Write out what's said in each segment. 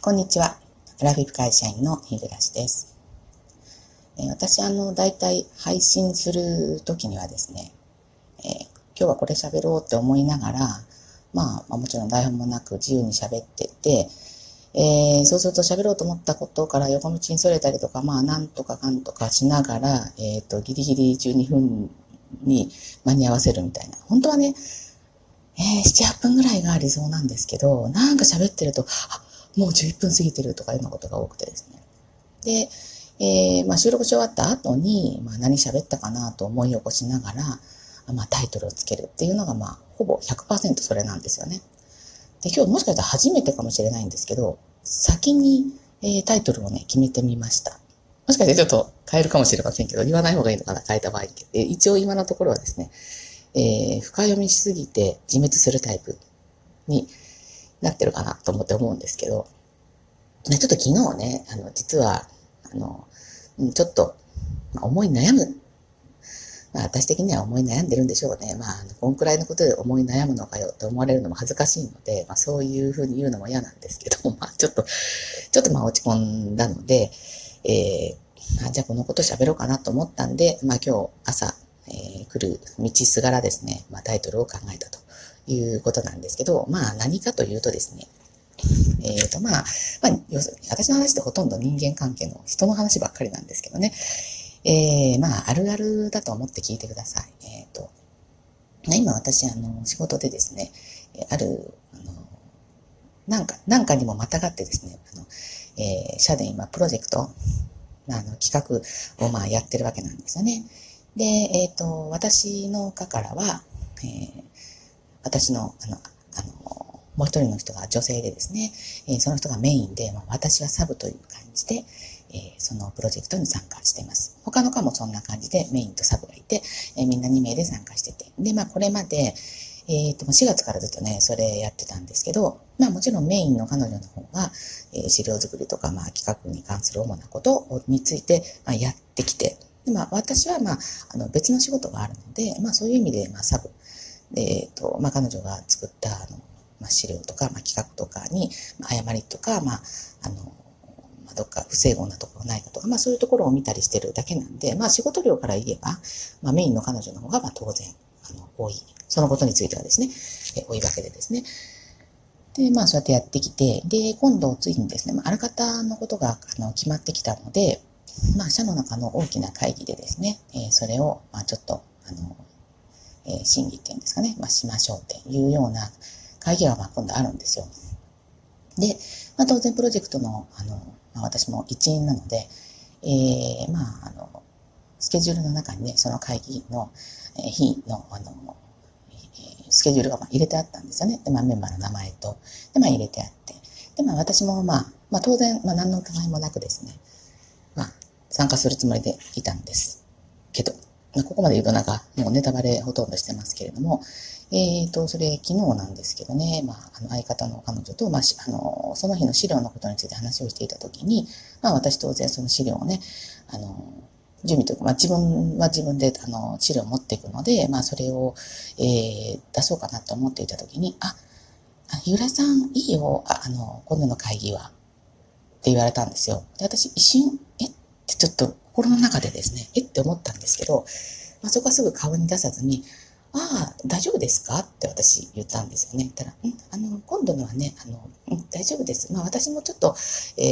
こんにちは。アラフィフ会社員の日暮です。私だいたい配信するときにはですね、今日はこれ喋ろうって思いながら、もちろん台本もなく自由に喋ってて、そうすると喋ろうと思ったことから横道にそれたりとか、なんとかかんとかしながら、ギリギリ12分に間に合わせるみたいな。本当はね、7、8分ぐらいが理想なんですけど、なんか喋ってると、もう11分過ぎてるとかいうようなことが多くてですね。で、収録し終わった後に、何喋ったかなと思い起こしながら、タイトルをつけるっていうのが、ほぼ 100% それなんですよね。で、今日もしかしたら初めてかもしれないんですけど、先に、タイトルをね、決めてみました。もしかしてちょっと変えるかもしれませんけど、言わない方がいいのかな、変えた場合。一応今のところはですね、深読みしすぎて自滅するタイプになってるかなと思うんですけど、ちょっと昨日ね、実は、ちょっと、思い悩む。私的には思い悩んでるんでしょうね。こんくらいのことで思い悩むのかよと思われるのも恥ずかしいので、そういうふうに言うのも嫌なんですけど、ちょっと落ち込んだので、じゃあこのこと喋ろうかなと思ったんで、今日朝、来る道すがらですね、タイトルを考えたということなんですけど、何かというとですね、要するに私の話ってほとんど人間関係の人の話ばっかりなんですけどね、あるあるだと思って聞いてください。今私、仕事でですね、ある、なんかにもまたがってですね、社で今プロジェクト、企画をやってるわけなんですよね。で、私の課からは、私の、もう一人の人が女性でですね、その人がメインで、私はサブという感じで、そのプロジェクトに参加しています。他の課もそんな感じでメインとサブがいて、みんな2名で参加してて。で、これまで、4月からずっとね、それやってたんですけど、もちろんメインの彼女の方が、資料作りとか、企画に関する主なことについて、やってきて、で私は、別の仕事があるので、そういう意味で、サブ、彼女が作った資料とか、企画とかに、誤りとか、どっか不整合なところないかとか、そういうところを見たりしてるだけなんで、仕事量から言えば、メインの彼女の方が、当然、多い。そのことについてはですね、多いわけでですね。で、そうやってやってきて、で、今度次にですね、あらかたのことが、決まってきたので、社の中の大きな会議でですね、それを、ちょっと、審議っていうんですかね、しましょうっていうような会議が今度あるんですよ。で、当然プロジェクトの、私も一員なので、スケジュールの中にね、その会議の日の、スケジュールが入れてあったんですよね。で、メンバーの名前と、で、入れてあって。で、私も当然、何の疑いもなくですね、参加するつもりでいたんですけど、ここまで言うともうネタバレほとんどしてますけれども、それ昨日なんですけどね、相方の彼女と、その日の資料のことについて話をしていたときに、私当然その資料をね、準備というか、自分は自分で、資料を持っていくので、それを、出そうかなと思っていたときに、ゆらさん、いいよ、今度の会議は、って言われたんですよ。で、私一瞬、ってちょっと心の中でですね、って思ったんですけど、そこはすぐ顔に出さずに、大丈夫ですかって私言ったんですよね。言ったら、今度のはね、大丈夫です。私もちょっと、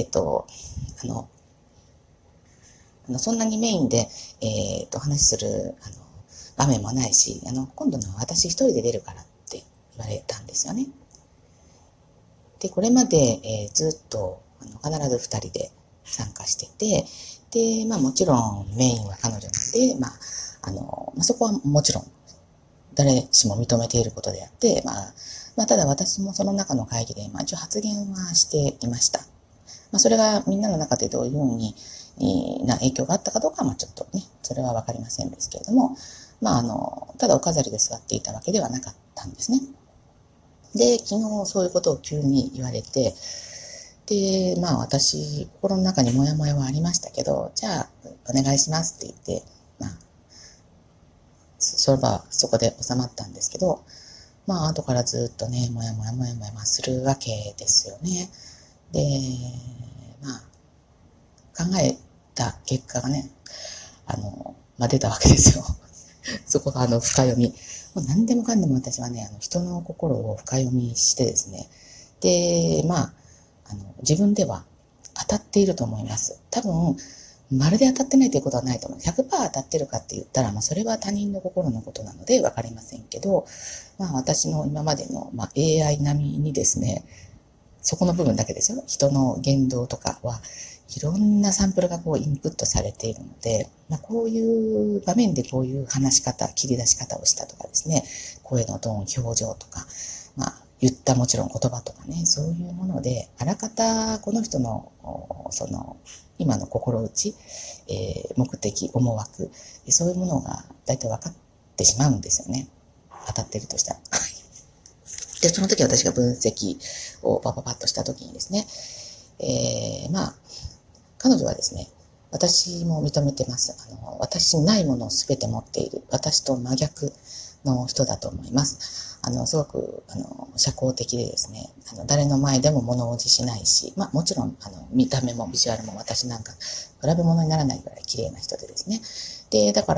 そんなにメインで、話する、場面もないし、今度のは私一人で出るからって言われたんですよね。で、これまで、ずっと、必ず二人で参加してて、で、もちろんメインは彼女なんで、そこはもちろん誰しも認めていることであって、ただ私もその中の会議で、一応発言はしていました。それがみんなの中でどういうふうにな影響があったかどうかは、ちょっとね、それはわかりませんですけれども、ただお飾りで座っていたわけではなかったんですね。で、昨日そういうことを急に言われて、で、私、心の中にモヤモヤはありましたけど、じゃあ、お願いしますって言って、それはそこで収まったんですけど、後からずっとね、もやもやするわけですよね。 で、まあ、考えた結果がね、出たわけですよ。そこが深読み。もう何でもかんでも私はね、人の心を深読みしてですね。で、自分では当たっていると思います。多分、まるで当たってないということはないと思う。100% 当たってるかって言ったら、それは他人の心のことなので分かりませんけど、私の今までの、AI 並みにですね、そこの部分だけですよ。人の言動とかはいろんなサンプルがこうインプットされているので、こういう場面でこういう話し方、切り出し方をしたとかですね、声のトーン、表情とか、言ったもちろん言葉とかね、そういうもので、あらかたこの人の、今の心打ち、目的、思惑、そういうものが大体分かってしまうんですよね。当たってるとしたら。で、その時私が分析をパパッとした時にですね、彼女はですね、私も認めてます。私にないものを全て持っている。私と真逆の人だと思います。すごく、社交的でですね、誰の前でも物おじしないし、もちろん、見た目もビジュアルも私なんか比べ物にならないぐらい綺麗な人でですね。で、だから、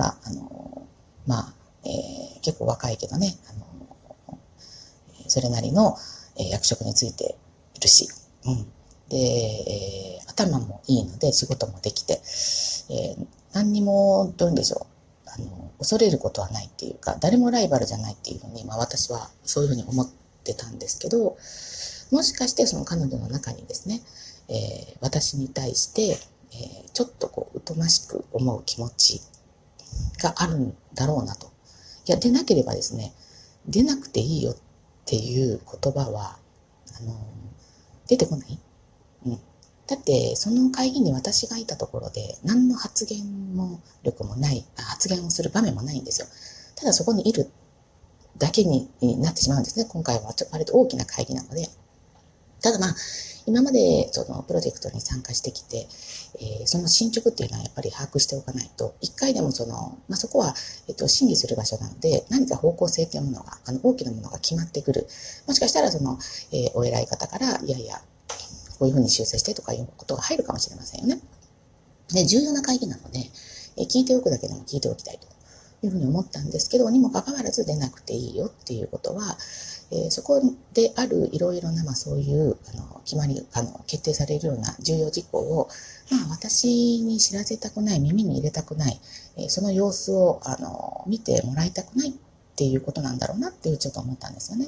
結構若いけどね、それなりの役職についているし、で、頭もいいので仕事もできて、何にもどういうんでしょう、恐れることはないっていうか、誰もライバルじゃないっていうふうに、私はそういうふうに思ってたんですけど、もしかしてその彼女の中にですね、私に対して、ちょっとこう疎ましく思う気持ちがあるんだろうなと。いや、でなければですね、出なくていいよっていう言葉は、出てこない。だって、その会議に私がいたところで、何の発言も力もない、発言をする場面もないんですよ。ただそこにいるだけになってしまうんですね。今回は割と大きな会議なので。ただ今までそのプロジェクトに参加してきて、その進捗っていうのはやっぱり把握しておかないと、一回でもそこは、審議する場所なので、何か方向性というものが、大きなものが決まってくる。もしかしたらお偉い方から、いやいや、こういうふうに修正してとかいうことが入るかもしれませんよね。で、重要な会議なので、聞いておくだけでも聞いておきたいというふうに思ったんですけど、にもかかわらず出なくていいよっていうことは、そこであるいろいろな、そういう決まり決定されるような重要事項を、私に知らせたくない、耳に入れたくない、その様子を見てもらいたくないっていうことなんだろうなっていうちょっと思ったんですよね。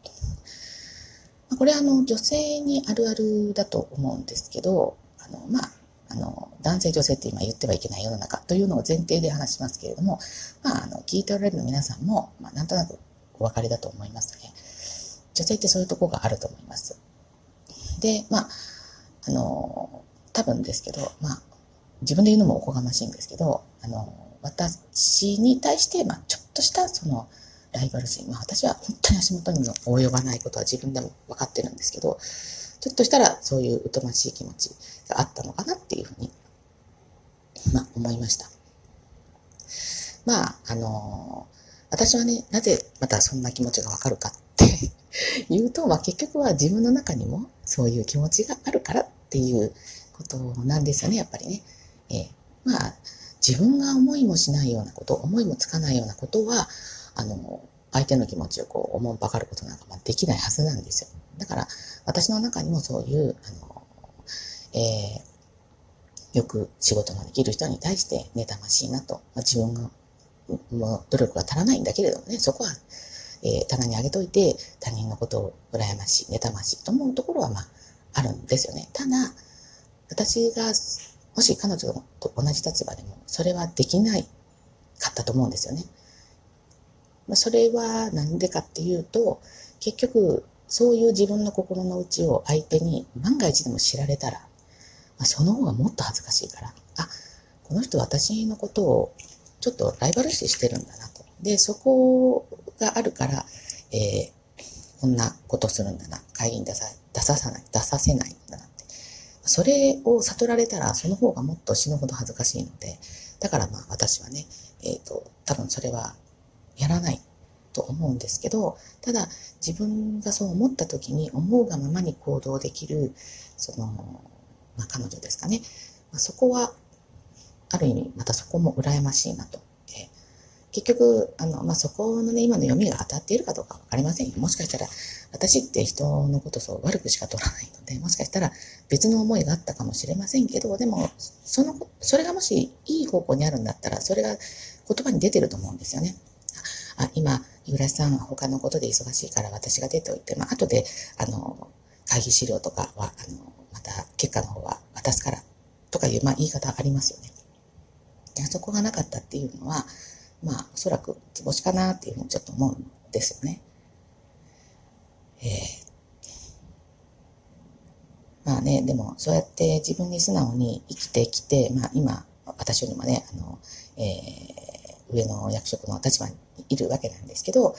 これは女性にあるあるだと思うんですけど、男性女性って今言ってはいけない世の中というのを前提で話しますけれども、聞いておられる皆さんも、なんとなくお分かりだと思いますね。女性ってそういうところがあると思います。で、多分ですけど、自分で言うのもおこがましいんですけど、私に対して、ちょっとしたライバル心、私は本当に足元にも及ばないことは自分でも分かってるんですけど、ちょっとしたらそういう疎ましい気持ちがあったのかなっていうふうに、思いました。私はね、なぜまたそんな気持ちがわかるかって言うと、結局は自分の中にもそういう気持ちがあるからっていうことなんですよね、やっぱりね。自分が思いもしないようなこと、思いもつかないようなことは、相手の気持ちをおもんぱかることなんかできないはずなんですよ。だから、私の中にもそういう、よく仕事のできる人に対して妬ましいなと、自分がもう努力が足らないんだけれどもね、そこは、棚に上げといて他人のことを羨ましい、妬ましいと思うところはあるんですよね。ただ、私がもし彼女と同じ立場でもそれはできないかったと思うんですよね。それはなんでかっていうと、結局そういう自分の心の内を相手に万が一でも知られたら、その方がもっと恥ずかしいから、この人私のことをちょっとライバル視してるんだなと。で、そこがあるから、こんなことするんだな。会議に出させないんだなって。それを悟られたら、その方がもっと死ぬほど恥ずかしいので、だから私はね、多分それはやらないと思うんですけど、ただ自分がそう思った時に思うがままに行動できる、彼女ですかね。そこは、ある意味、またそこも羨ましいなと。結局、そこのね、今の読みが当たっているかどうかわかりませんよ。もしかしたら、私って人のことそう悪くしか取らないので、もしかしたら別の思いがあったかもしれませんけど、でも、それがもしいい方向にあるんだったら、それが言葉に出てると思うんですよね。今、日暮さん他のことで忙しいから私が出ておいて、後で、会議資料とかは、また結果の方は渡すから、とかいう、言い方ありますよね。そこがなかったっていうのは、おそらく図星かなっていうふうにちょっと思うんですよね。でも、そうやって自分に素直に生きてきて、今、私よりもね、上の役職の立場にいるわけなんですけど、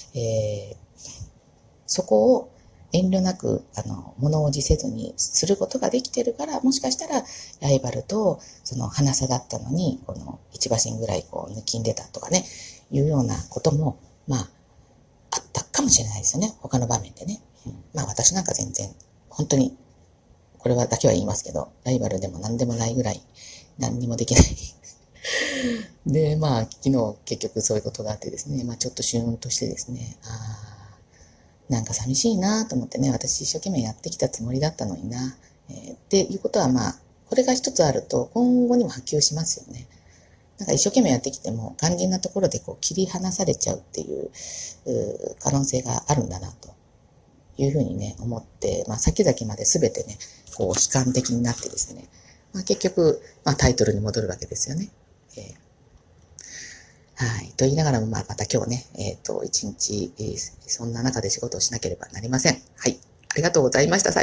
そこを遠慮なく、物おじせずにすることができてるから、もしかしたら、ライバルと、花差だったのに、この1馬身ぐらい抜きんでたとかね、いうようなことも、あったかもしれないですよね。他の場面でね。私なんか全然、本当に、これはだけは言いますけど、ライバルでも何でもないぐらい、何にもできない。で、昨日結局そういうことがあってですね、ちょっとシューンとしてですね、なんか寂しいなと思ってね、私一生懸命やってきたつもりだったのにな。っていうことはこれが一つあると今後にも波及しますよね。なんか一生懸命やってきても肝心なところで切り離されちゃうっていう可能性があるんだなというふうにね、思って、先々まで全てね、悲観的になってですね、結局、タイトルに戻るわけですよね。はい。と言いながらも、また今日ね、一日、そんな中で仕事をしなければなりません。はい。ありがとうございました。